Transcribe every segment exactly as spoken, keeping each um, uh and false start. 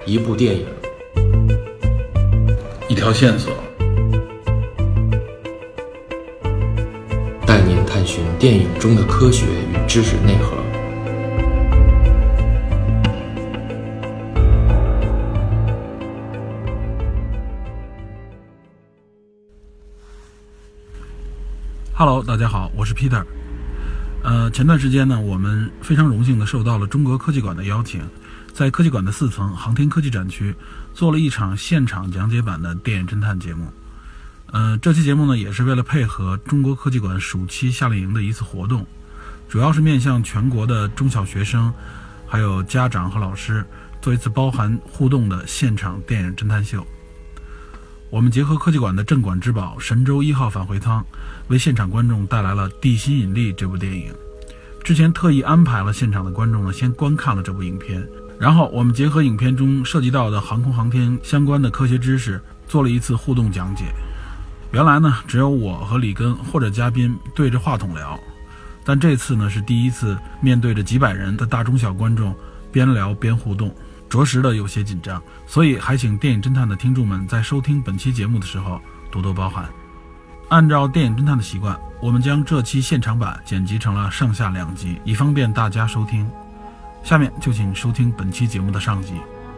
一部电影， 一条线索， 带您探寻电影中的科学与知识内核。 Hello， 大家好，我是 Peter。呃，前段时间呢，我们非常荣幸的受到了中国科技馆的邀请，在科技馆的四层航天科技展区做了一场现场讲解版的电影侦探节目。呃，这期节目呢，也是为了配合中国科技馆暑期夏令营的一次活动，主要是面向全国的中小学生，还有家长和老师，做一次包含互动的现场电影侦探秀。我们结合科技馆的镇馆之宝神舟一号返回舱，为现场观众带来了《地心引力》这部电影。之前特意安排了现场的观众呢，先观看了这部影片，然后我们结合影片中涉及到的航空航天相关的科学知识，做了一次互动讲解。原来呢，只有我和李根或者嘉宾对着话筒聊，但这次呢是第一次面对着几百人的大中小观众，边聊边互动，着实的有些紧张，所以还请电影侦探的听众们在收听本期节目的时候多多包涵。按照电影侦探的习惯，我们将这期现场版剪辑成了上下两集，以方便大家收听。下面就请收听本期节目的上集。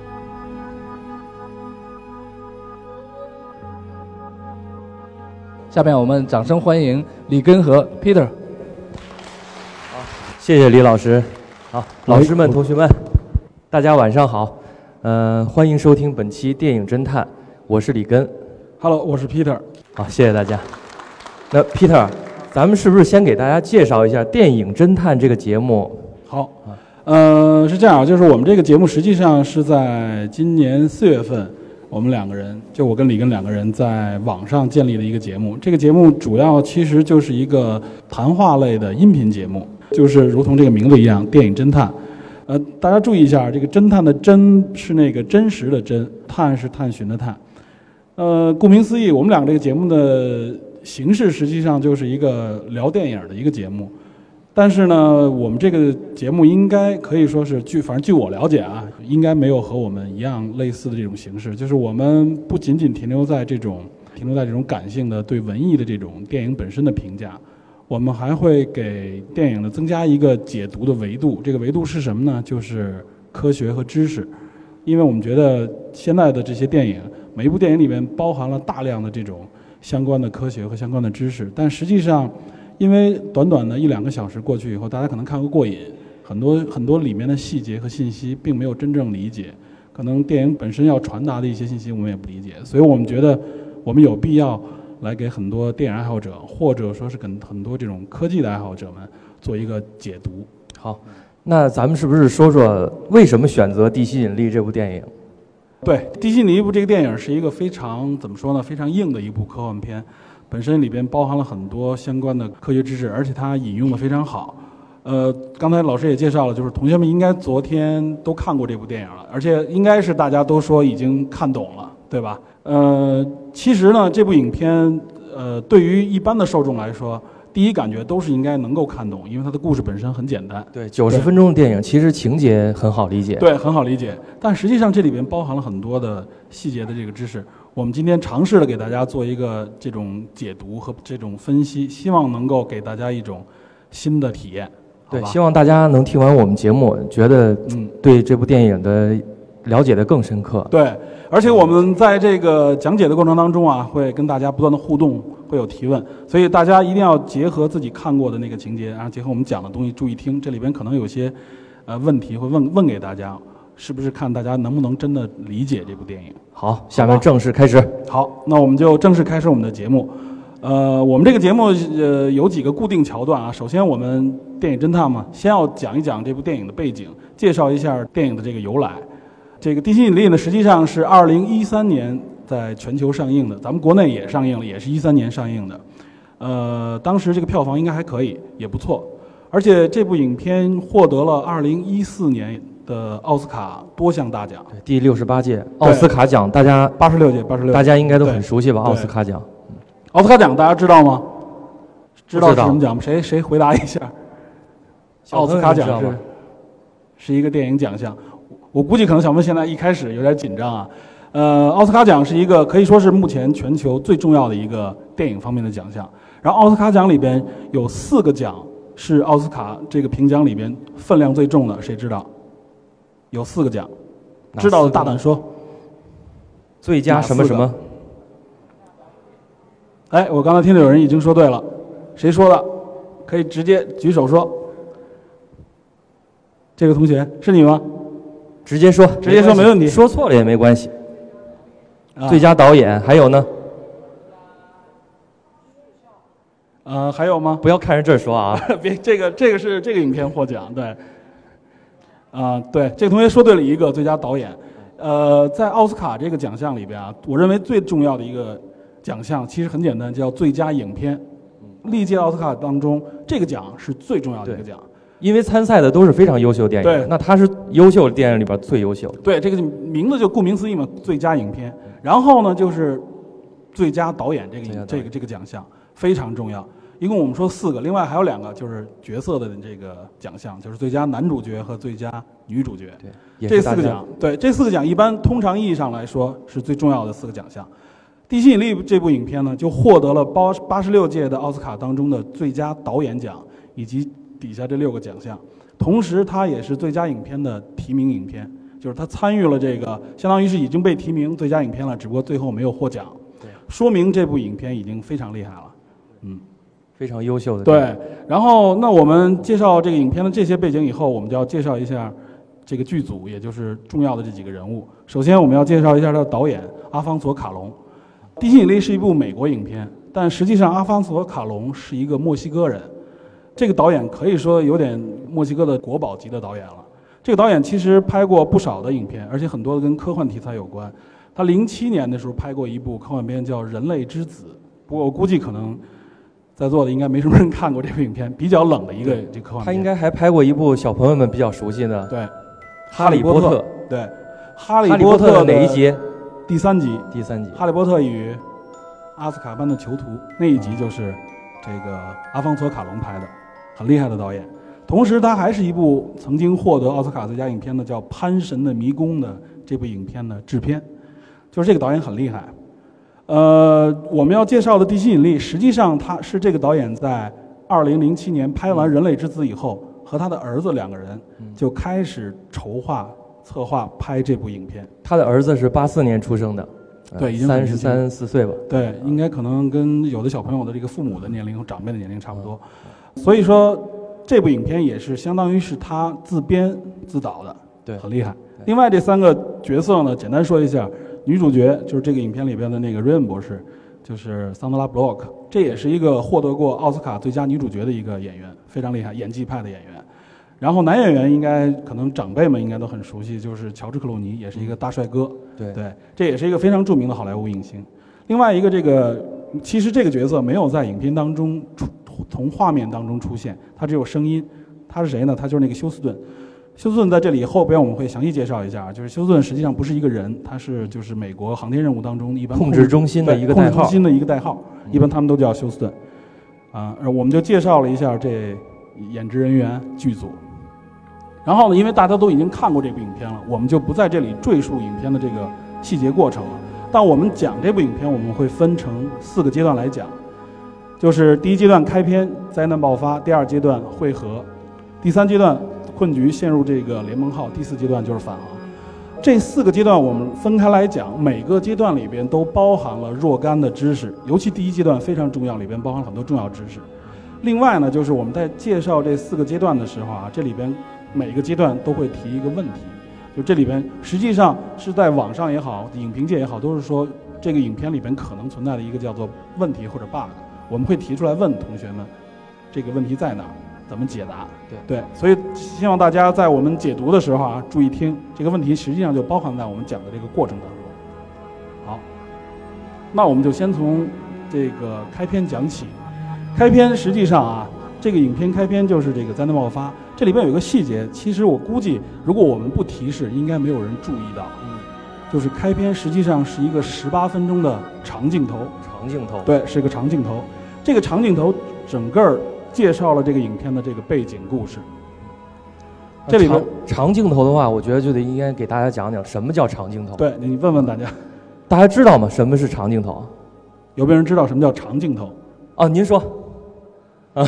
下面我们掌声欢迎李根和 Peter。 好，谢谢李老师。好，老师们、同学们，大家晚上好。呃，欢迎收听本期电影侦探，我是李根。 Hello， 我是 Peter。 好，谢谢大家。那 Peter， 咱们是不是先给大家介绍一下电影侦探这个节目？ 好，呃，是这样，就是我们这个节目实际上是在今年四月份，我们两个人，就我跟李根两个人在网上建立了一个节目。这个节目主要其实就是一个谈话类的音频节目，就是如同这个名字一样，电影侦探。呃，大家注意一下，这个侦探的侦是那个真实的真，探是探寻的探。呃，顾名思义，我们两个这个节目的形式实际上就是一个聊电影的一个节目。但是呢，我们这个节目应该可以说是据，反正据我了解啊，应该没有和我们一样类似的这种形式。就是我们不仅仅停留在这种停留在这种感性的对文艺的这种电影本身的评价，我们还会给电影呢增加一个解读的维度。这个维度是什么呢？就是科学和知识。因为我们觉得现在的这些电影，每一部电影里面包含了大量的这种相关的科学和相关的知识，但实际上因为短短的一两个小时过去以后，大家可能看个过瘾，很多很多里面的细节和信息并没有真正理解，可能电影本身要传达的一些信息我们也不理解，所以我们觉得我们有必要来给很多电影爱好者，或者说是跟很多这种科技的爱好者们做一个解读。 好，那咱们是不是说说为什么选择《地心引力》这部电影？ 对，《地心引力》这部这个电影是一个非常怎么说呢，非常硬的一部科幻片，本身里边包含了很多相关的科学知识，而且它引用的非常好。呃，刚才老师也介绍了，就是同学们应该昨天都看过这部电影了，而且应该是大家都说已经看懂了，对吧？呃，其实呢，这部影片呃，对于一般的受众来说，第一感觉都是应该能够看懂，因为它的故事本身很简单。 对，九十分钟的电影，其实情节很好理解。 对，很好理解。但实际上这里边包含了很多的细节的这个知识。我们今天尝试了给大家做一个这种解读和这种分析，希望能够给大家一种新的体验。 对，希望大家能听完我们节目，觉得嗯，对这部电影的了解的更深刻。 对，而且我们在这个讲解的过程当中啊，会跟大家不断的互动，会有提问，所以大家一定要结合自己看过的那个情节，然后结合我们讲的东西注意听，这里边可能有些呃问题会问问给大家，是不是看大家能不能真的理解这部电影。 好，下面正式开始。 好，那我们就正式开始我们的节目。呃，我们这个节目呃有几个固定桥段啊。首先，我们电影侦探嘛，先要讲一讲这部电影的背景，介绍一下电影的这个由来。这个《地心引力》呢，实际上是二零一三年在全球上映的，咱们国内也上映了，也是一三年上映的。呃，当时这个票房应该还可以，也不错。而且这部影片获得了二零一四年的奥斯卡多项大奖， 对，第六十八届奥斯卡奖，大家八十六届，八十六， 大家应该都很熟悉吧？奥斯卡奖， 奥斯卡奖大家知道吗？ 知道是什么奖吗？谁谁回答一下？奥斯卡奖是是一个电影奖项。 我估计可能小文现在一开始有点紧张啊。呃，奥斯卡奖是一个可以说是目前全球最重要的一个电影方面的奖项。然后奥斯卡奖里边有四个奖是奥斯卡这个评奖里边分量最重的，谁知道？有四个奖，知道的大胆说。 最佳什么什么？ 哎，我刚才听到有人已经说对了，谁说的？可以直接举手说。这个同学是你吗？ 直接说， 直接说没问题， 说错了也没关系。 啊、 最佳导演还有呢？ 呃，还有吗？ 不要看着这儿说啊！ 别，这个这个是这个影片获奖，对。啊、呃，对，这个同学说对了一个最佳导演。呃，在奥斯卡这个奖项里边啊，我认为最重要的一个奖项其实很简单，叫最佳影片。历届奥斯卡当中，这个奖是最重要的一个奖。 因为参赛的都是非常优秀的电影， 对， 那他是优秀的电影里边最优秀的。 对，这个名字就顾名思义嘛，最佳影片。然后呢，就是最佳导演这个这个这个奖项非常重要。一共我们说四个，另外还有两个就是角色的这个奖项，就是最佳男主角和最佳女主角。 对， 这四个奖，对，这四个奖一般通常意义上来说是最重要的四个奖项。《地心引力》这部影片呢，就获得了八八十六届的奥斯卡当中的最佳导演奖以及底下这六个奖项，同时它也是最佳影片的提名影片，就是它参与了这个，相当于是已经被提名最佳影片了，只不过最后没有获奖，说明这部影片已经非常厉害了，嗯， 非常优秀的。 对，然后那我们介绍这个影片的这些背景以后，我们就要介绍一下这个剧组，也就是重要的这几个人物。首先我们要介绍一下他的导演阿方索卡隆，《地心引力》是一部美国影片，但实际上阿方索卡隆是一个墨西哥人。这个导演可以说有点墨西哥的国宝级的导演了。这个导演其实拍过不少的影片，而且很多跟科幻题材有关。他零七年的时候拍过一部科幻片叫《人类之子》，不过我估计可能在座的应该没什么人看过这部影片，比较冷的一个这科幻片。 他应该还拍过一部小朋友们比较熟悉的， 对，《 哈利波特》。 对，《哈利波特》 的哪一集？ 第三集。 第三集，《 哈利波特与阿斯卡班的囚徒》那一集就是这个阿方索卡隆拍的。很厉害的导演，同时他还是一部曾经获得奥斯卡最佳影片的叫《潘神的迷宫》的这部影片的制片，就是这个导演很厉害。呃，我们要介绍的《地心引力》，实际上他是这个导演在二零零七年拍完《人类之子》以后，和他的儿子两个人就开始筹划、策划拍这部影片。 他的儿子是八四年出生的， 对，已经三十三四岁吧。 对，应该可能跟有的小朋友的这个父母的年龄和长辈的年龄差不多。所以说，这部影片也是相当于是他自编自导的， 对， 很厉害。另外这三个角色呢，简单说一下，女主角就是这个影片里边的那个瑞恩博士，就是桑德拉·布洛克，这也是一个获得过奥斯卡最佳女主角的一个演员，非常厉害，演技派的演员。然后男演员应该可能长辈们应该都很熟悉，就是乔治·克鲁尼，也是一个大帅哥， 对对，这也是一个非常著名的好莱坞影星。另外一个这个，其实这个角色没有在影片当中出。从画面当中出现，他只有声音。他是谁呢？他就是那个休斯顿。休斯顿在这里后边我们会详细介绍一下，就是休斯顿实际上不是一个人，他是就是美国航天任务当中一般控制中心的一个代号， 控制中心的一个代号，一般他们都叫休斯顿。啊，而我们就介绍了一下这演职人员剧组。然后呢，因为大家都已经看过这部影片了，我们就不在这里赘述影片的这个细节过程了。但我们讲这部影片，我们会分成四个阶段来讲。就是第一阶段开篇灾难爆发，第二阶段汇合，第三阶段困局陷入这个联盟号，第四阶段就是返航。这四个阶段我们分开来讲，每个阶段里边都包含了若干的知识，尤其第一阶段非常重要，里边包含很多重要知识。另外呢，就是我们在介绍这四个阶段的时候啊，这里边每个阶段都会提一个问题，就这里边实际上是在网上也好，影评界也好，都是说这个影片里边可能存在的一个叫做问题或者 bug。我们会提出来问同学们，这个问题在哪儿，怎么解答？ 对对，所以希望大家在我们解读的时候啊，注意听，这个问题实际上就包含在我们讲的这个过程当中。好，那我们就先从这个开篇讲起。开篇实际上啊，这个影片开篇就是这个灾难爆发。这里边有一个细节，其实我估计如果我们不提示，应该没有人注意到。嗯，就是开篇实际上是一个十八分钟的长镜头。 长镜头。 对，是个长镜头。这个长镜头整个介绍了这个影片的这个背景故事。 这里边长长镜头的话，我觉得就得应该给大家讲讲什么叫长镜头。 对，你问问大家， 大家知道吗？什么是长镜头？ 有没有人知道什么叫长镜头？ 哦，您说。啊，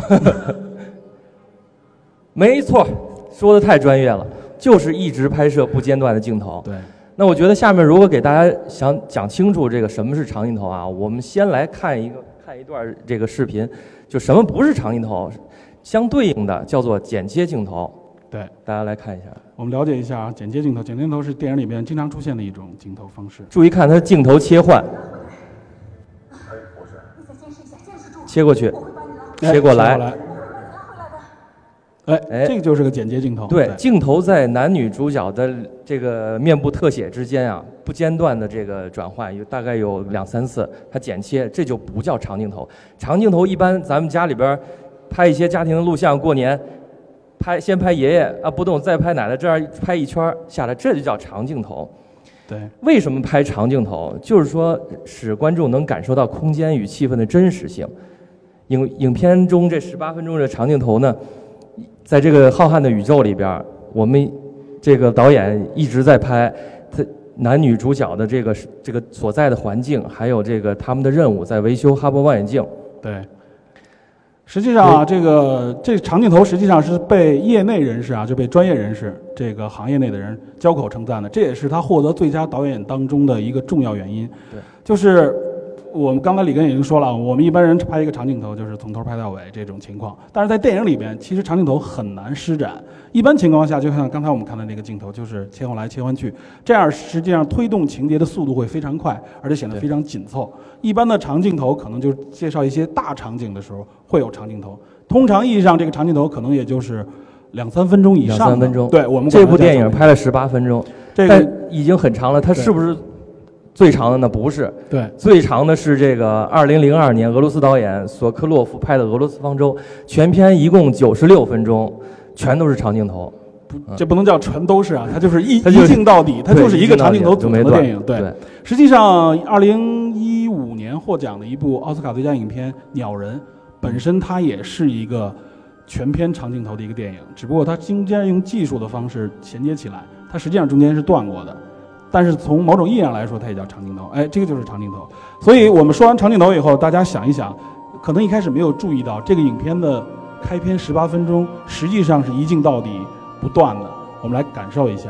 没错，说的太专业了，就是一直拍摄不间断的镜头。 对。 那我觉得下面如果给大家想讲清楚这个什么是长镜头啊，我们先来看一个看一段这个视频，就什么不是长镜头，相对应的叫做剪切镜头。 对， 大家来看一下。 我们了解一下啊，剪接镜头。剪接镜头是电影里面经常出现的一种镜头方式。 注意看它镜头切换，切过去，切过来。 哎，哎，这个就是个剪接镜头。 对，对镜头在男女主角的这个面部特写之间啊，不间断的这个转换，有大概有两三次，它剪切，这就不叫长镜头。长镜头一般咱们家里边拍一些家庭的录像，过年拍先拍爷爷啊不动，再拍奶奶，这样拍一圈下来，这就叫长镜头。 对， 为什么拍长镜头？就是说使观众能感受到空间与气氛的真实性。影影片中这十八分钟的长镜头呢，在这个浩瀚的宇宙里边，我们这个导演一直在拍他男女主角的这个这个所在的环境，还有这个他们的任务，在维修哈勃望远镜。 对，实际上啊，这个这长镜头实际上是被业内人士啊，就被专业人士这个行业内的人交口称赞的，这也是他获得最佳导演当中的一个重要原因。 对， 就是我们刚才李根已经说了，我们一般人拍一个长镜头就是从头拍到尾这种情况，但是在电影里边，其实长镜头很难施展。一般情况下，就像刚才我们看的那个镜头，就是切换来切换去，这样实际上推动情节的速度会非常快，而且显得非常紧凑。一般的长镜头可能就是介绍一些大场景的时候会有长镜头，通常意义上这个长镜头可能也就是两三分钟以上的。 两三分钟。 对，我们这部电影拍了十八分钟， 这个但已经很长了，它是不是最长的呢？不是， 对， 最长的是这个二零零二年俄罗斯导演索科洛夫拍的《俄罗斯方舟》，全片一共九十六分钟，全都是长镜头。 不，这不能叫全都是啊，它就是一它就一镜到底，它就是一个长镜头组成的电影。 对， 对，实际上二零一五年获奖的一部奥斯卡最佳影片《鸟人》，本身它也是一个全片长镜头的一个电影，只不过它中间用技术的方式衔接起来，它实际上中间是断过的。但是从某种意义上来说，它也叫长镜头。哎，这个就是长镜头。所以我们说完长镜头以后，大家想一想，可能一开始没有注意到，这个影片的开篇十八分钟实际上是一镜到底不断的。我们来感受一下。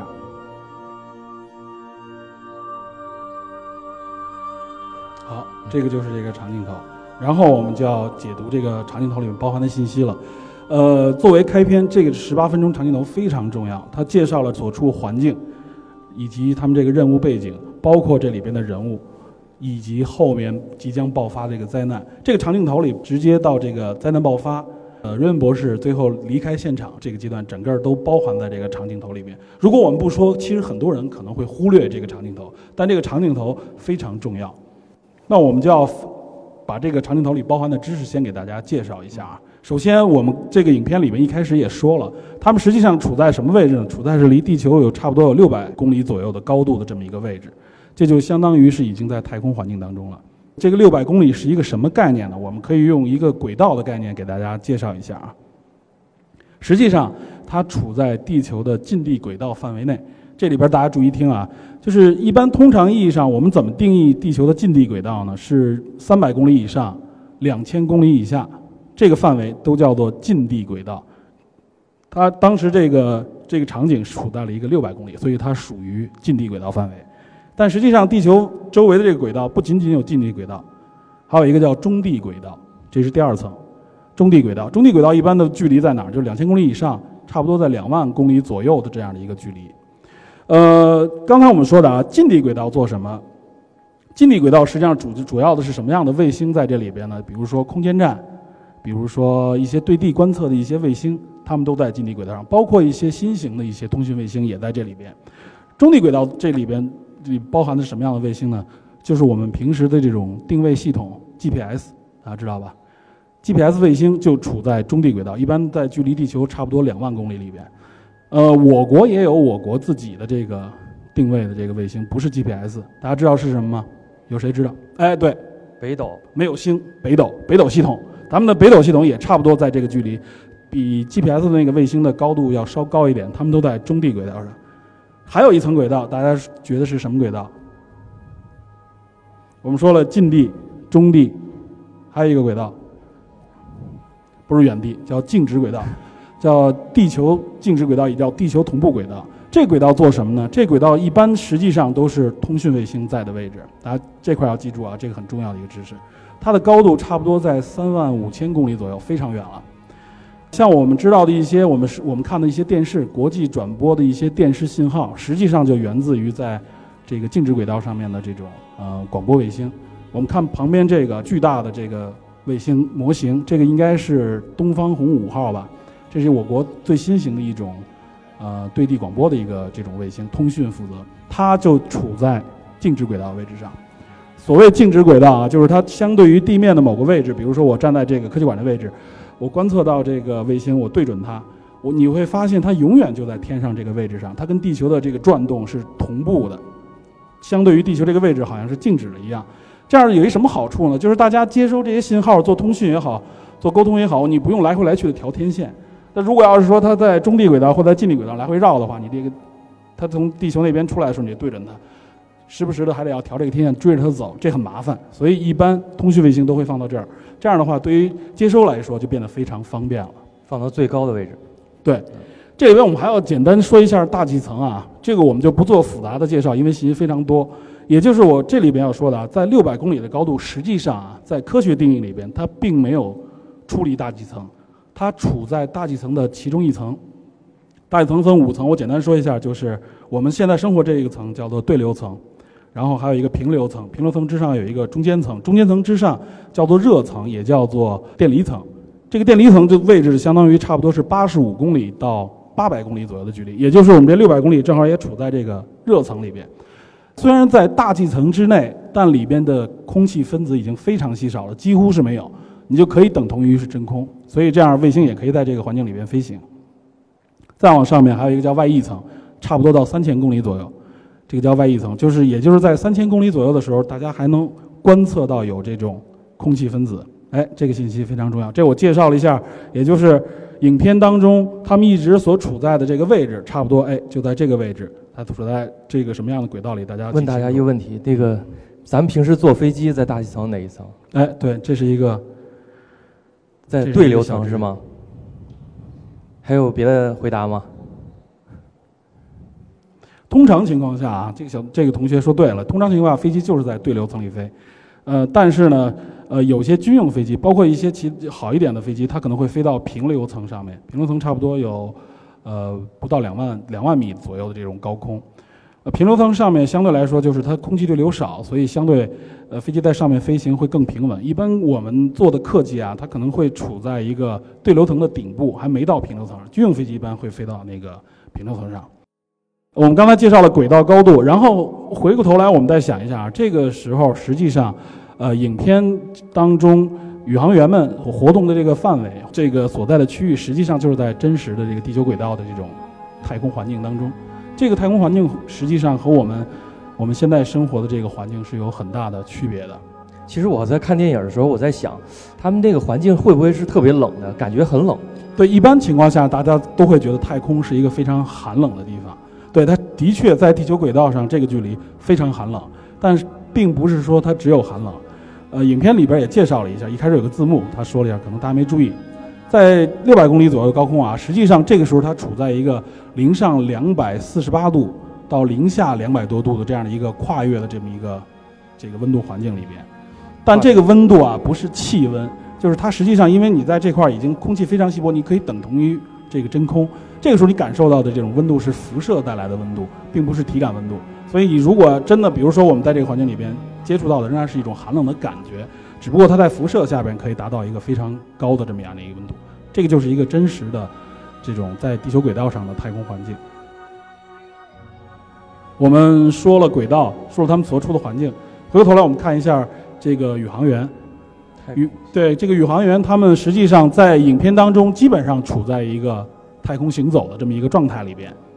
好，这个就是这个长镜头。然后我们就要解读这个长镜头里面包含的信息了。呃，作为开篇，这个十八分钟长镜头非常重要，它介绍了所处环境，以及他们这个任务背景，包括这里边的人物，以及后面即将爆发这个灾难。这个长镜头里直接到这个灾难爆发，呃，瑞文博士最后离开现场这个阶段，整个都包含在这个长镜头里面。如果我们不说，其实很多人可能会忽略这个长镜头，但这个长镜头非常重要。那我们就要把这个长镜头里包含的知识先给大家介绍一下啊。首先，我们这个影片里面一开始也说了，他们实际上处在什么位置呢？处在是离地球有差不多有六百公里左右的高度的这么一个位置，这就相当于是已经在太空环境当中了。这个六百公里是一个什么概念呢？我们可以用一个轨道的概念给大家介绍一下啊。实际上，它处在地球的近地轨道范围内。这里边大家注意听啊，就是一般通常意义上，我们怎么定义地球的近地轨道呢？是三百公里以上、两千公里以下。这个范围都叫做近地轨道，它当时这个这个场景处在了一个六百公里，所以它属于近地轨道范围。但实际上，地球周围的这个轨道不仅仅有近地轨道，还有一个叫中地轨道，这是第二层。中地轨道，中地轨道一般的距离在哪儿？就是两千公里以上，差不多在两万公里左右的这样的一个距离。呃，刚才我们说的啊，近地轨道做什么？近地轨道实际上主主要的是什么样的卫星在这里边呢？比如说空间站。比如说一些对地观测的一些卫星，它们都在近地轨道上，包括一些新型的一些通讯卫星也在这里边。中地轨道这里边里包含的是什么样的卫星呢？就是我们平时的这种定位系统 G P S， 大家知道吧 ？G P S 卫星就处在中地轨道，一般在距离地球差不多两万公里里边。呃，我国也有我国自己的这个定位的这个卫星，不是 G P S， 大家知道是什么吗？有谁知道？哎，对， 北斗没有星，北斗，北斗系统。咱们的北斗系统也差不多在这个距离， 比 G P S 的那个卫星的高度要稍高一点，它们都在中地轨道上。还有一层轨道，大家觉得是什么轨道？我们说了近地、中地，还有一个轨道，不是远地，叫静止轨道，叫地球静止轨道，也叫地球同步轨道。这轨道做什么呢？这轨道一般实际上都是通讯卫星在的位置，大家这块要记住啊，这个很重要的一个知识。它的高度差不多在三万五千公里左右，非常远了。像我们知道的一些，我们是我们看的一些电视国际转播的一些电视信号，实际上就源自于在这个静止轨道上面的这种呃广播卫星。我们看旁边这个巨大的这个卫星模型，这个应该是东方红五号吧，这是我国最新型的一种呃对地广播的一个这种卫星，通讯负责，它就处在静止轨道位置上。所谓静止轨道啊，就是它相对于地面的某个位置，比如说我站在这个科技馆的位置，我观测到这个卫星，我对准它，我你会发现它永远就在天上这个位置上，它跟地球的这个转动是同步的，相对于地球这个位置好像是静止的一样。这样有一什么好处呢？就是大家接收这些信号做通讯也好，做沟通也好，你不用来回来去的调天线。那如果要是说它在中地轨道或在近地轨道来回绕的话，你这个它从地球那边出来的时候，你就对准它，时不时的还得要调这个天线追着它走，这很麻烦。所以一般通讯卫星都会放到这儿，这样的话对于接收来说就变得非常方便了， 放到最高的位置。 对，这里边我们还要简单说一下大气层啊，这个我们就不做复杂的介绍，因为信息非常多。也就是我这里边要说的啊，在六百公里的高度，实际上啊，在科学定义里边，它并没有出离大气层，它处在大气层的其中一层。大气层分五层，我简单说一下，就是我们现在生活这一个层叫做对流层，然后还有一个平流层，平流层之上有一个中间层，中间层之上叫做热层，也叫做电离层。这个电离层的位置相当于差不多是八十五公里到八百公里左右的距离，也就是我们这六百公里正好也处在这个热层里边。虽然在大气层之内，但里边的空气分子已经非常稀少了，几乎是没有，你就可以等同于是真空，所以这样卫星也可以在这个环境里边飞行。再往上面还有一个叫外翼层，差不多到三千公里左右，这个叫外翼层，就是也就是在三千公里左右的时候，大家还能观测到有这种空气分子。哎，这个信息非常重要，这我介绍了一下，也就是影片当中他们一直所处在的这个位置，差不多哎就在这个位置，它处在这个什么样的轨道里？大家问大家一个问题，这个咱们平时坐飞机在大气层哪一层？ 哎，对，这是一个在对流层是吗？还有别的回答吗？ 通常情况下啊，这个小这个同学说对了，通常情况下飞机就是在对流层里飞，呃，但是呢，呃，有些军用飞机，包括一些其好一点的飞机，它可能会飞到平流层上面，平流层差不多有，呃，不到两万两万米左右的这种高空，呃，平流层上面相对来说就是它空气对流少，所以相对，呃，飞机在上面飞行会更平稳。一般我们做的客机啊，它可能会处在一个对流层的顶部，还没到平流层上。军用飞机一般会飞到那个平流层上。我们刚才介绍了轨道高度，然后回过头来我们再想一下，这个时候实际上，呃，影片当中宇航员们活动的这个范围，这个所在的区域，实际上就是在真实的这个地球轨道的这种太空环境当中。这个太空环境实际上和我们我们现在生活的这个环境是有很大的区别的。 其实我在看电影的时候，我在想，他们这个环境会不会是特别冷的，感觉很冷？ 对，一般情况下大家都会觉得太空是一个非常寒冷的地方。对，它的确在地球轨道上这个距离非常寒冷，但是并不是说它只有寒冷。呃，影片里边也介绍了一下，一开始有个字幕，他说了一下，可能大家没注意，在六百公里左右的高空啊，实际上这个时候它处在一个零上两百四十八度到零下两百多度的这样的一个跨越的这么一个这个温度环境里边，但这个温度啊不是气温，就是它实际上因为你在这块已经空气非常稀薄，你可以等同于这个真空。这个时候你感受到的这种温度是辐射带来的温度，并不是体感温度。所以你如果真的比如说我们在这个环境里边接触到的仍然是一种寒冷的感觉，只不过它在辐射下边可以达到一个非常高的这么样的一个温度。这个就是一个真实的这种在地球轨道上的太空环境。我们说了轨道，说了他们所处的环境，回过头来我们看一下这个宇航员。宇对这个宇航员，他们实际上在影片当中基本上处在一个太空行走的这么一个状态里边。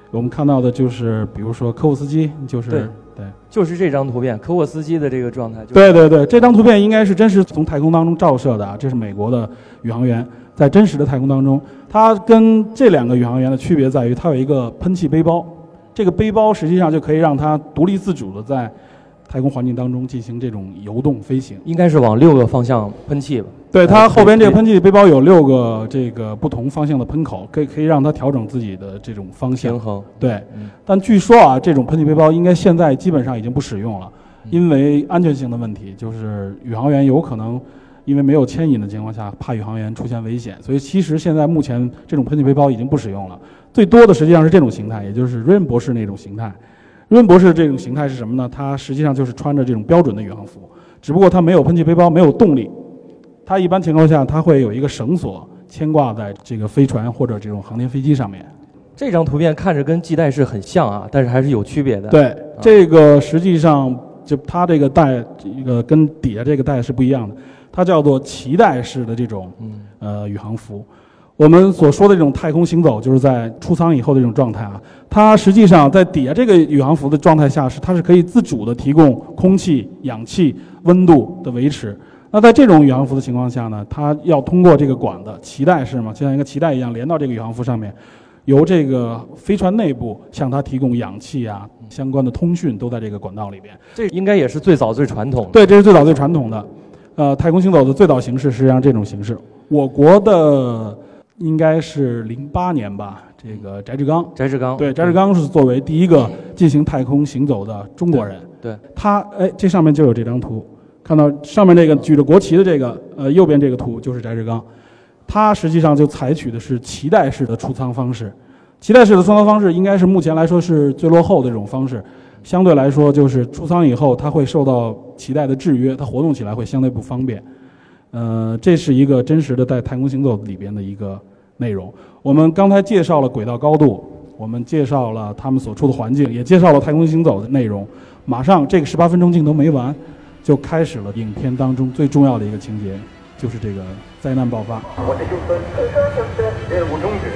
我们看到的就是比如说科沃斯基，就是对对， 就是这张图片，科沃斯基的这个状态、就是。 对对对，这张图片应该是真实从太空当中照射的啊，这是美国的宇航员在真实的太空当中，它跟这两个宇航员的区别在于，它有一个喷气背包，这个背包实际上就可以让它独立自主的在太空环境当中进行这种游动飞行， 应该是往六个方向喷气吧？ 对，它后边这个喷气背包有六个这个不同方向的喷口，可以可以让它调整自己的这种方向平衡。 对， 嗯、 但据说啊，这种喷气背包应该现在基本上已经不使用了，因为安全性的问题，就是宇航员有可能因为没有牵引的情况下，怕宇航员出现危险，所以其实现在目前这种喷气背包已经不使用了。最多的实际上是这种形态，也就是瑞恩博士那种形态。瑞恩博士这种形态是什么呢？他实际上就是穿着这种标准的宇航服，只不过他没有喷气背包，没有动力。他一般情况下他会有一个绳索牵挂在这个飞船或者这种航天飞机上面。 这张图片看着跟系带式很像啊，但是还是有区别的。 对，这个实际上就它这个带这个跟底下这个带是不一样的，它叫做脐带式的这种呃宇航服。我们所说的这种太空行走，就是在出舱以后的这种状态啊，它实际上在底下这个宇航服的状态下是它是可以自主的提供空气、氧气、温度的维持。那在这种宇航服的情况下呢，它要通过这个管子，脐带式嘛，就像一个脐带一样连到这个宇航服上面，由这个飞船内部向它提供氧气啊，相关的通讯都在这个管道里边。 这应该也是最早最传统的。 对，这是最早最传统的，呃，太空行走的最早形式实际上这种形式。我国的应该是零八年吧，这个翟志刚， 翟志刚， 对，翟志刚是作为第一个进行太空行走的中国人。 对，对他，哎，这上面就有这张图，看到上面这个举着国旗的这个，呃，右边这个图就是翟志刚，他实际上就采取的是脐带式的出舱方式。脐带式的出舱方式应该是目前来说是最落后的这种方式，相对来说就是出舱以后它会受到脐带的制约，它活动起来会相对不方便。呃，这是一个真实的在太空行走里边的一个内容。我们刚才介绍了轨道高度，我们介绍了他们所处的环境，也介绍了太空行走的内容。马上这个十八分钟镜头没完，就开始了影片当中最重要的一个情节，就是这个灾难爆发。我的就分特殊形式任务终止。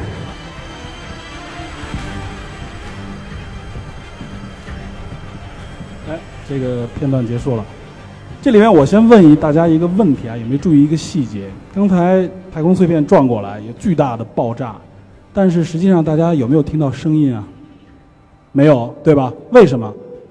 哎，这个片段结束了。这里面我先问一大家一个问题啊，有没有注意一个细节？刚才太空碎片撞过来，有巨大的爆炸，但是实际上大家有没有听到声音啊？没有，对吧？为什么？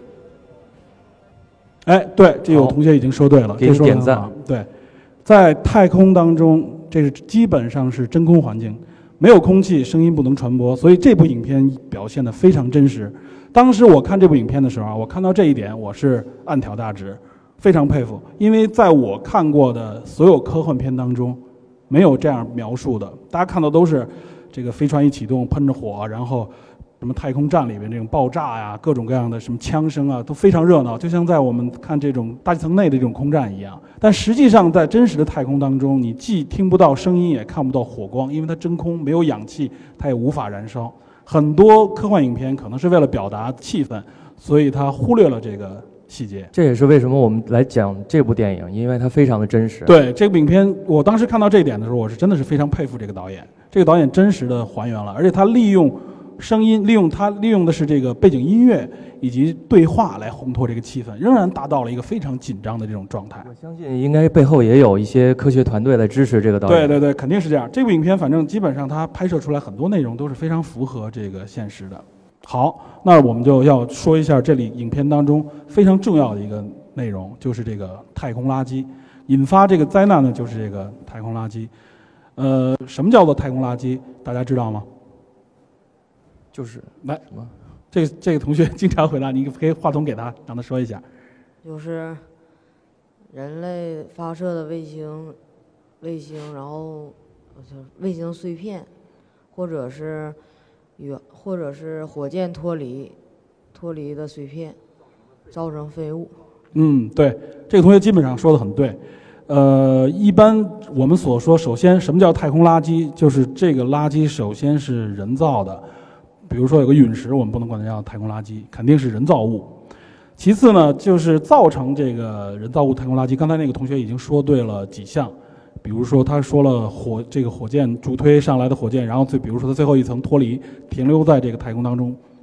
哎，对，这有同学已经说对了， 给你点赞。 对，在太空当中，这是基本上是真空环境，没有空气，声音不能传播，所以这部影片表现得非常真实。当时我看这部影片的时候，我看到这一点，我是暗挑大指。非常佩服，因为在我看过的所有科幻片当中，没有这样描述的。大家看到都是这个飞船一启动喷着火，然后什么太空站里面这种爆炸呀，各种各样的什么枪声啊，都非常热闹，就像在我们看这种大气层内的这种空战一样。但实际上，在真实的太空当中，你既听不到声音，也看不到火光，因为它真空，没有氧气，它也无法燃烧。很多科幻影片可能是为了表达气氛，所以它忽略了这个细节。 这也是为什么我们来讲这部电影，因为它非常的真实。 对，这部影片我当时看到这一点的时候，我是真的是非常佩服这个导演。这个导演真实的还原了，而且他利用声音，利用他利用的是这个背景音乐以及对话来烘托这个气氛，仍然达到了一个非常紧张的这种状态。 我相信应该背后也有一些科学团队在支持这个导演。 对对对，肯定是这样。这部影片反正基本上它拍摄出来很多内容都是非常符合这个现实的。好，那我们就要说一下这里影片当中非常重要的一个内容，就是这个太空垃圾。引发这个灾难呢，就是这个太空垃圾。呃，什么叫做太空垃圾？大家知道吗？ 就是来什么？ 这个这个同学经常回答，你可以话筒给他，让他说一下。 就是人类发射的卫星，卫星，然后卫星碎片，或者是与或者是火箭脱离脱离的碎片，造成废物。嗯， 对，这个同学基本上说的很对。呃，一般我们所说，首先什么叫太空垃圾？就是这个垃圾首先是人造的，比如说有个陨石，我们不能管它叫太空垃圾，肯定是人造物。其次呢，就是造成这个人造物太空垃圾。刚才那个同学已经说对了几项，比如说他说了火这个火箭助推上来的火箭，然后最比如说它最后一层脱离，停留在这个太空当中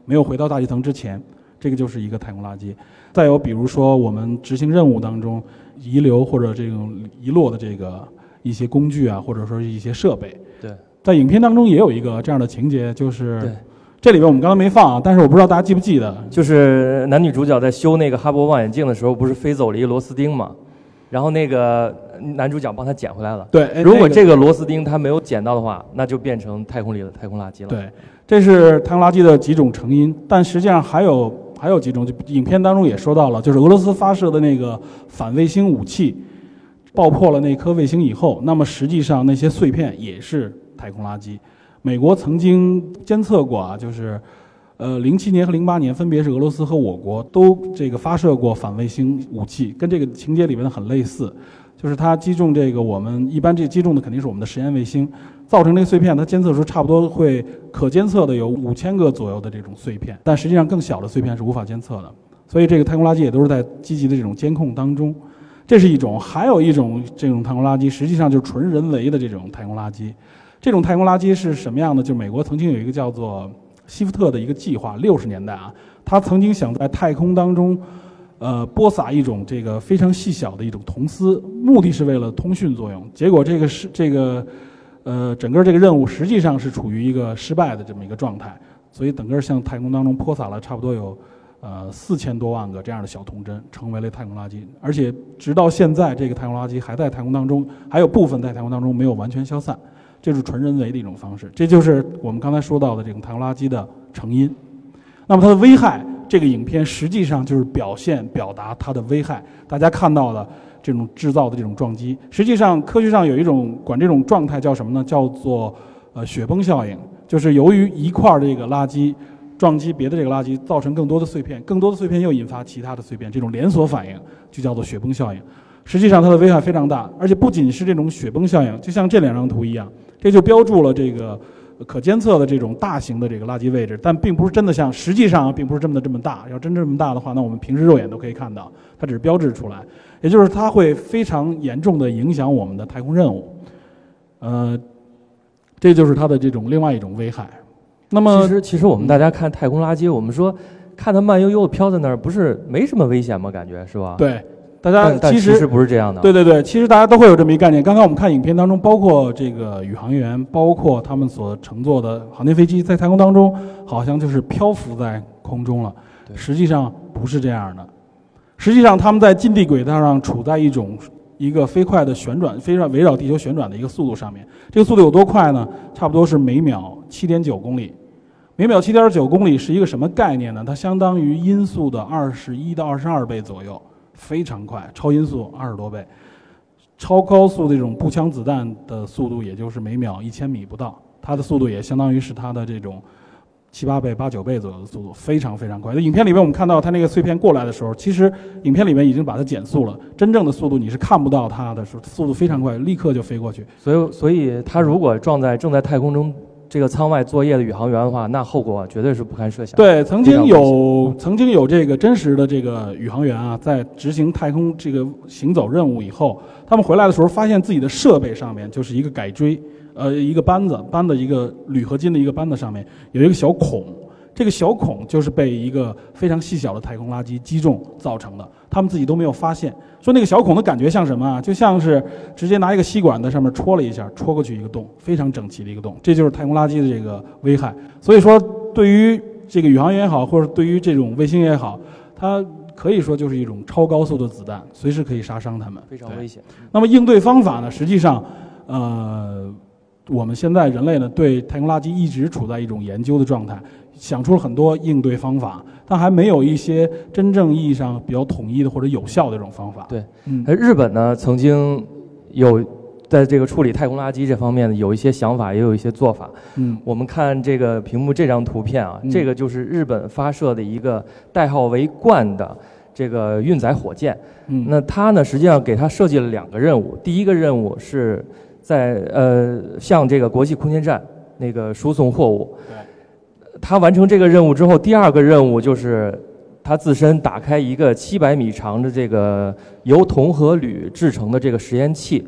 没有回到大气层之前，这个就是一个太空垃圾。再有比如说我们执行任务当中遗留或者这种遗落的这个一些工具啊，或者说一些设备。 对， 在影片当中也有一个这样的情节，就是对。 这里边我们刚才没放啊，但是我不知道大家记不记得， 就是男女主角在修那个哈勃望远镜的时候，不是飞走了一个螺丝钉吗？然后那个男主角帮他捡回来了。 对， 如果这个螺丝钉他没有捡到的话，那就变成太空里的太空垃圾了。 对，这是太空垃圾的几种成因，但实际上还有还有几种，就影片当中也说到了，就是俄罗斯发射的那个反卫星武器爆破了那颗卫星以后，那么实际上那些碎片也是太空垃圾。美国曾经监测过啊，就是呃零七年和零八年分别是俄罗斯和我国都这个发射过反卫星武器，跟这个情节里面的很类似，就是它击中这个我们一般这击中的肯定是我们的实验卫星，造成这个碎片，它监测出差不多会可监测的有五千个左右的这种碎片，但实际上更小的碎片是无法监测的，所以这个太空垃圾也都是在积极的这种监控当中。这是一种，还有一种这种太空垃圾，实际上就是纯人为的这种太空垃圾。这种太空垃圾是什么样的？就美国曾经有一个叫做希福特的一个计划，六十年代啊，他曾经想在太空当中，呃，播撒一种这个非常细小的一种铜丝，目的是为了通讯作用。结果这个是这个，呃，整个这个任务实际上是处于一个失败的这么一个状态，所以整个向太空当中泼洒了差不多有呃四千多万个这样的小铜针，成为了太空垃圾。而且直到现在，这个太空垃圾还在太空当中，还有部分在太空当中没有完全消散。这是纯人为的一种方式，这就是我们刚才说到的这种太空垃圾的成因。那么它的危害，这个影片实际上就是表现表达它的危害。大家看到的这种制造的这种撞击，实际上科学上有一种管这种状态叫什么呢？叫做呃雪崩效应，就是由于一块这个垃圾撞击别的这个垃圾，造成更多的碎片，更多的碎片又引发其他的碎片，这种连锁反应就叫做雪崩效应。实际上它的危害非常大，而且不仅是这种雪崩效应，就像这两张图一样。这就标注了这个可监测的这种大型的这个垃圾位置，但并不是真的像，实际上并不是这么的这么大。要真这么大的话，那我们平时肉眼都可以看到，它只是标志出来。也就是它会非常严重的影响我们的太空任务。呃，这就是它的这种另外一种危害。那么， 其实其实我们大家看太空垃圾，我们说看它慢悠悠的飘在那儿，不是没什么危险吗？感觉是吧？ 对。大家其实其实不是这样的， 对对对，其实大家都会有这么一个概念。刚才我们看影片当中，包括这个宇航员，包括他们所乘坐的航天飞机，在太空当中好像就是漂浮在空中了。实际上不是这样的，实际上他们在近地轨道上处在一种一个飞快的旋转，飞绕围绕地球旋转的一个速度上面。这个速度有多快呢？差不多是每秒七点九公里。每秒七点九公里是一个什么概念呢？它相当于音速的二十一到二十二倍左右。非常快，超音速二十多倍，超高速这种步枪子弹的速度也就是每秒一千米不到，它的速度也相当于是它的这种七八倍、八九倍左右的速度，非常非常快。在影片里面我们看到它那个碎片过来的时候，其实影片里面已经把它减速了，真正的速度你是看不到它的，速度非常快，立刻就飞过去。 所以，所以它如果撞在正在太空中这个舱外作业的宇航员的话，那后果绝对是不堪设想。 对，曾经有曾经有这个真实的这个宇航员啊，在执行太空这个行走任务以后，他们回来的时候发现自己的设备上面就是一个改锥，呃，一个扳子扳的一个铝合金的一个扳子上面有一个小孔，这个小孔就是被一个非常细小的太空垃圾击中造成的，他们自己都没有发现。说那个小孔的感觉像什么啊？就像是直接拿一个吸管在上面戳了一下，戳过去一个洞，非常整齐的一个洞。这就是太空垃圾的这个危害。所以说，对于这个宇航员也好，或者对于这种卫星也好，它可以说就是一种超高速的子弹，随时可以杀伤他们， 非常危险。 那么应对方法呢？实际上，呃，我们现在人类呢，对太空垃圾一直处在一种研究的状态。想出了很多应对方法，但还没有一些真正意义上比较统一的或者有效的这种方法。 对， 嗯， 日本呢曾经有在这个处理太空垃圾这方面有一些想法，也有一些做法。 嗯， 我们看这个屏幕这张图片啊， 嗯、 这个就是日本发射的一个代号为“冠”的这个运载火箭。 嗯， 那它呢实际上给它设计了两个任务，第一个任务是在呃向这个国际空间站那个输送货物。 对。 他完成这个任务之后，第二个任务就是他自身打开一个七百米长的这个由铜和铝制成的这个实验器，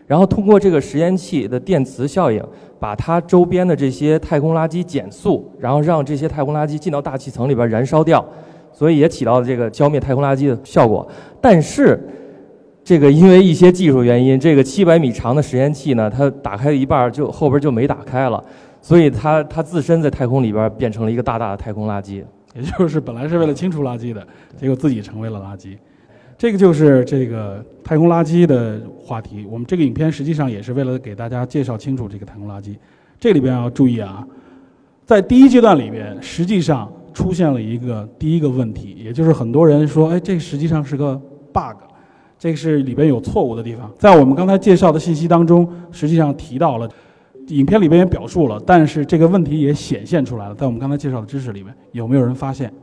然后通过这个实验器的电磁效应，把它周边的这些太空垃圾减速，然后让这些太空垃圾进到大气层里边燃烧掉，所以也起到了这个浇灭太空垃圾的效果。但是这个因为一些技术原因，这个七百米长的实验器呢，它打开一半就后边就没打开了，所以它它自身在太空里边变成了一个大大的太空垃圾。 也就是本来是为了清除垃圾的，结果自己成为了垃圾。这个就是这个太空垃圾的话题。我们这个影片实际上也是为了给大家介绍清楚这个太空垃圾。这里边要注意啊，在第一阶段里边，实际上出现了一个第一个问题，也就是很多人说，哎，这实际上是个 bug， 这个是里边有错误的地方。在我们刚才介绍的信息当中，实际上提到了。影片里边也表述了，但是这个问题也显现出来了。在我们刚才介绍的知识里面，有没有人发现？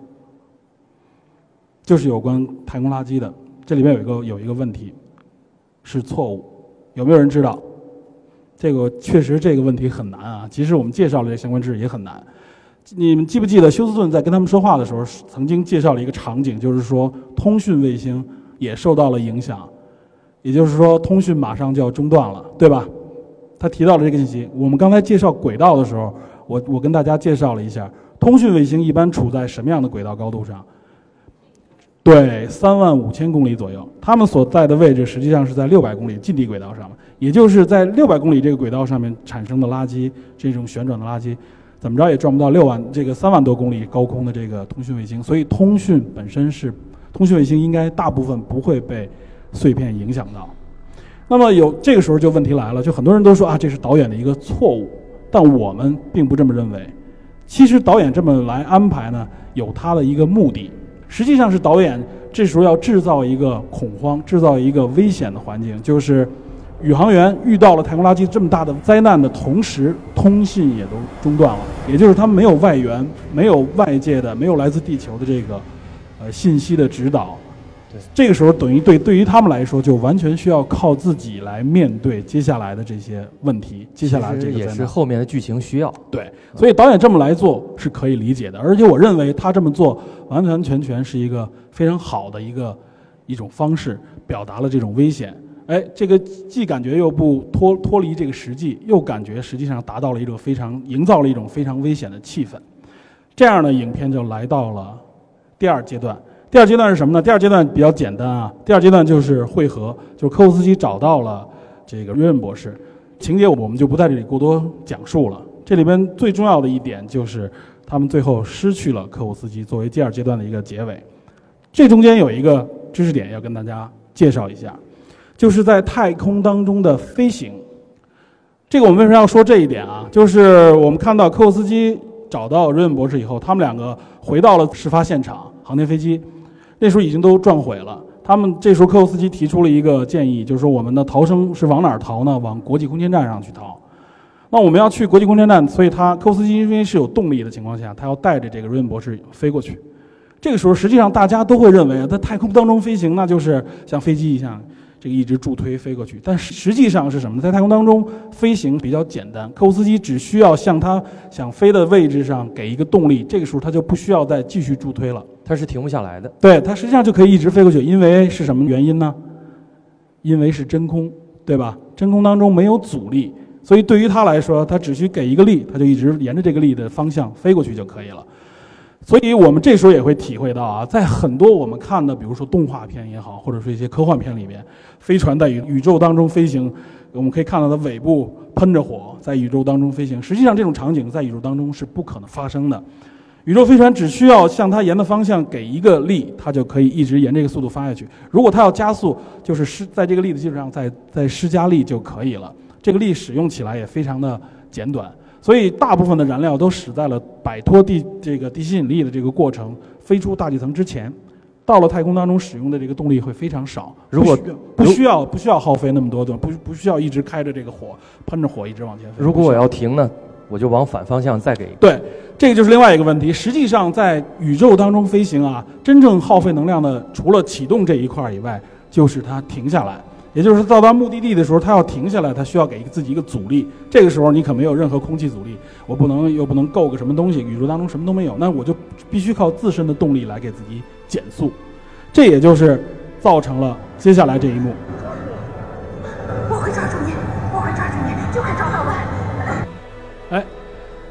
就是有关太空垃圾的，这里面有一个有一个问题是错误，有没有人知道？这个确实这个问题很难啊。其实我们介绍了这相关知识也很难。你们记不记得休斯顿在跟他们说话的时候，曾经介绍了一个场景，就是说通讯卫星也受到了影响，也就是说通讯马上就要中断了，对吧？他提到了这个信息。我们刚才介绍轨道的时候，我我跟大家介绍了一下，通讯卫星一般处在什么样的轨道高度上？对，三万五千公里左右。他们所在的位置实际上是在六百公里近地轨道上面，也就是在六百公里这个轨道上面产生的垃圾，这种旋转的垃圾，怎么着也转不到六万这个三万多公里高空的这个通讯卫星。所以通讯本身是通讯卫星应该大部分不会被碎片影响到。那么有这个时候就问题来了，就很多人都说啊，这是导演的一个错误，但我们并不这么认为。其实导演这么来安排呢，有他的一个目的，实际上是导演这时候要制造一个恐慌，制造一个危险的环境，就是宇航员遇到了太空垃圾这么大的灾难的同时，通信也都中断了，也就是他们没有外援，没有外界的，没有来自地球的这个呃信息的指导。这个时候等于对对于他们来说，就完全需要靠自己来面对接下来的这些问题，接下来这个也是后面的剧情需要。 对，所以导演这么来做是可以理解的，而且我认为他这么做完完全全是一个非常好的一个一种方式，表达了这种危险。哎，这个既感觉又不脱脱离这个实际，又感觉实际上达到了一种非常营造了一种非常危险的气氛。这样的影片就来到了第二阶段。第二阶段是什么呢？第二阶段比较简单啊。第二阶段就是会合，就是科沃斯基找到了这个瑞恩博士。情节我们就不在这里过多讲述了。这里边最重要的一点就是他们最后失去了科沃斯基，作为第二阶段的一个结尾。这中间有一个知识点要跟大家介绍一下，就是在太空当中的飞行。这个我们为什么要说这一点啊？就是我们看到科沃斯基找到瑞恩博士以后，他们两个回到了事发现场，航天飞机那时候已经都撞毁了。他们这时候科沃斯基提出了一个建议，就是说我们的逃生是往哪儿逃呢？往国际空间站上去逃。那我们要去国际空间站，所以他科沃斯基因为是有动力的情况下，他要带着这个瑞恩博士飞过去。这个时候实际上大家都会认为在太空当中飞行那就是像飞机一样这个一直助推飞过去，但实际上是什么呢？在太空当中飞行比较简单，科沃斯基只需要向他想飞的位置上给一个动力，这个时候他就不需要再继续助推了， 它是停不下来的。 对，它实际上就可以一直飞过去。因为是什么原因呢？因为是真空，对吧？真空当中没有阻力，所以对于他来说，他只需给一个力，他就一直沿着这个力的方向飞过去就可以了。所以我们这时候也会体会到啊，在很多我们看的比如说动画片也好，或者说一些科幻片里面，飞船在宇宇宙当中飞行，我们可以看到它尾部喷着火在宇宙当中飞行，实际上这种场景在宇宙当中是不可能发生的。宇宙飞船只需要向它沿的方向给一个力，它就可以一直沿这个速度发下去。如果它要加速，就是施在这个力的基础上再再施加力就可以了。这个力使用起来也非常的简短，所以大部分的燃料都使在了摆脱地这个地心引力的这个过程，飞出大气层之前。到了太空当中使用的这个动力会非常少，如果不需要不需要耗费那么多的，不不需要一直开着这个火喷着火一直往前飞。 如果我要停呢，我就往反方向再给一个。 对，这个就是另外一个问题。实际上在宇宙当中飞行啊，真正耗费能量的除了启动这一块以外，就是它停下来。也就是到达目的地的时候，它要停下来，它需要给自己一个阻力。这个时候你可没有任何空气阻力，我不能又不能够个什么东西，宇宙当中什么都没有，那我就必须靠自身的动力来给自己减速。这也就是造成了接下来这一幕。 我会抓住你。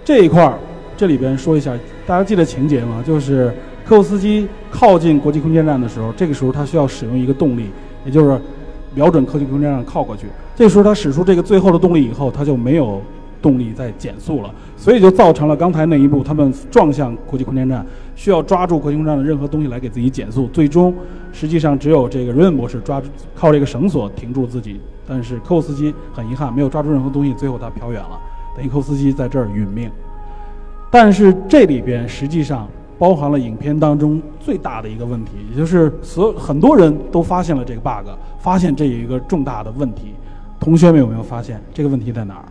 这一块儿，这里边说一下，大家记得情节吗？就是科沃斯基靠近国际空间站的时候，这个时候他需要使用一个动力，也就是瞄准国际空间站靠过去。这时候他使出这个最后的动力以后，他就没有动力再减速了，所以就造成了刚才那一步他们撞向国际空间站，需要抓住国际空间站的任何东西来给自己减速。最终，实际上只有这个瑞恩博士抓住靠这个绳索停住自己，但是科沃斯基很遗憾没有抓住任何东西，最后他飘远了，等于科沃斯基在这儿殒命。但是这里边实际上包含了影片当中最大的一个问题，也就是所有很多人都发现了这个 bug， 发现这有一个重大的问题。同学们有没有发现这个问题在哪儿？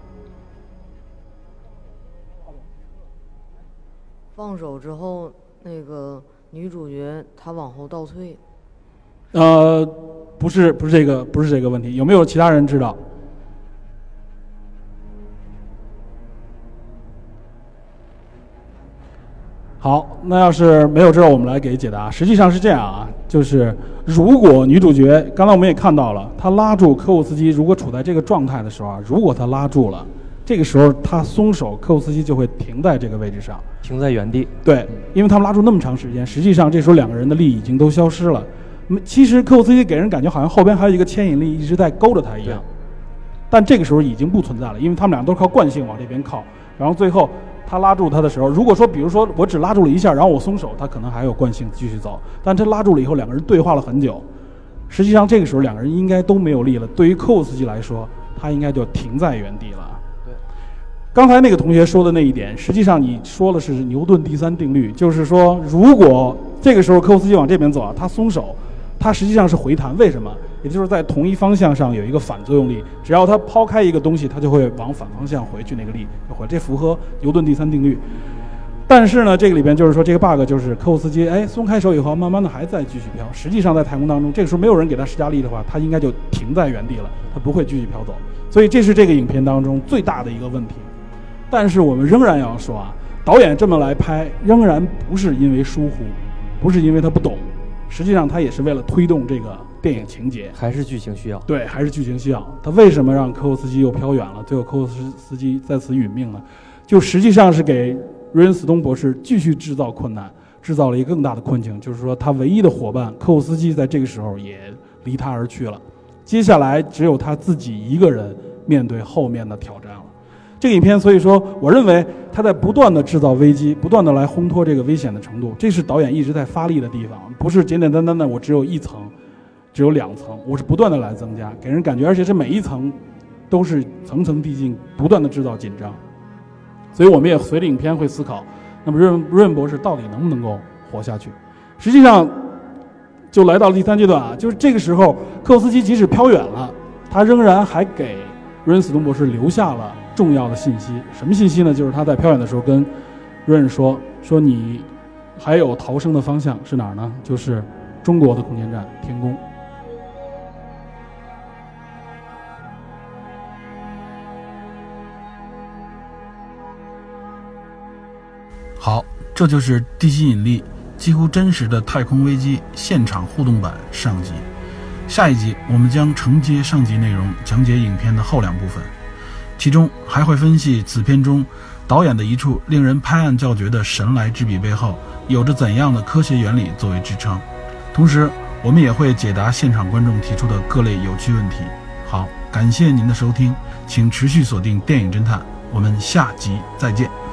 放手之后，那个女主角她往后倒退。 呃，不是，不是这个，不是这个问题。有没有其他人知道？好，那要是没有知道，我们来给解答。实际上是这样啊，就是如果女主角，刚才我们也看到了，她拉住科沃斯基，如果处在这个状态的时候啊，如果她拉住了，这个时候她松手，科沃斯基就会停在这个位置上， 停在原地。 对，因为他们拉住那么长时间，实际上这时候两个人的力已经都消失了。其实科沃斯基给人感觉好像后边还有一个牵引力一直在勾着他一样，但这个时候已经不存在了，因为他们俩都靠惯性往这边靠。然后最后他拉住他的时候，如果说比如说我只拉住了一下，然后我松手，他可能还有惯性继续走。但他拉住了以后，两个人对话了很久，实际上这个时候两个人应该都没有力了。对于科沃斯基来说，他应该就停在原地了。 对， 刚才那个同学说的那一点，实际上你说的是牛顿第三定律，就是说如果这个时候科沃斯基往这边走啊，他松手，它实际上是回弹。为什么？也就是在同一方向上有一个反作用力，只要它抛开一个东西，它就会往反方向回去，那个力回，这符合牛顿第三定律。但是呢，这个里边就是说这个 bug 就是科沃斯基哎松开手以后，慢慢的还在继续飘。实际上在太空当中，这个时候没有人给他施加力的话，他应该就停在原地了，他不会继续飘走。所以这是这个影片当中最大的一个问题。但是我们仍然要说啊，导演这么来拍，仍然不是因为疏忽，不是因为他不懂。实际上他也是为了推动这个电影情节， 还是剧情需要。 对，还是剧情需要。他为什么让科沃斯基又飘远了，最后科沃斯基在此殒命呢？就实际上是给瑞恩斯通博士继续制造困难，制造了一个更大的困境，就是说他唯一的伙伴科沃斯基在这个时候也离他而去了。接下来只有他自己一个人面对后面的挑战了。这个影片，所以说我认为他在不断的制造危机，不断的来烘托这个危险的程度，这是导演一直在发力的地方，不是简简单单的我只有一层，只有两层，我是不断的来增加，给人感觉，而且这每一层都是层层递进，不断的制造紧张。所以我们也随着影片会思考，那么瑞恩瑞恩博士到底能不能够活下去？实际上，就来到了第三阶段啊，就是这个时候，科沃斯基即使飘远了，他仍然还给瑞恩斯通博士留下了重要的信息。什么信息呢？就是他在飘远的时候跟瑞恩说说你还有逃生的方向是哪儿呢？就是中国的空间站天宫。 好，这就是地心引力几乎真实的太空危机现场互动版上集。下一集我们将承接上集内容，讲解影片的后两部分，其中还会分析此片中导演的一处令人拍案叫绝的神来之笔背后有着怎样的科学原理作为支撑。同时我们也会解答现场观众提出的各类有趣问题。好，感谢您的收听，请持续锁定电影侦探，我们下集再见。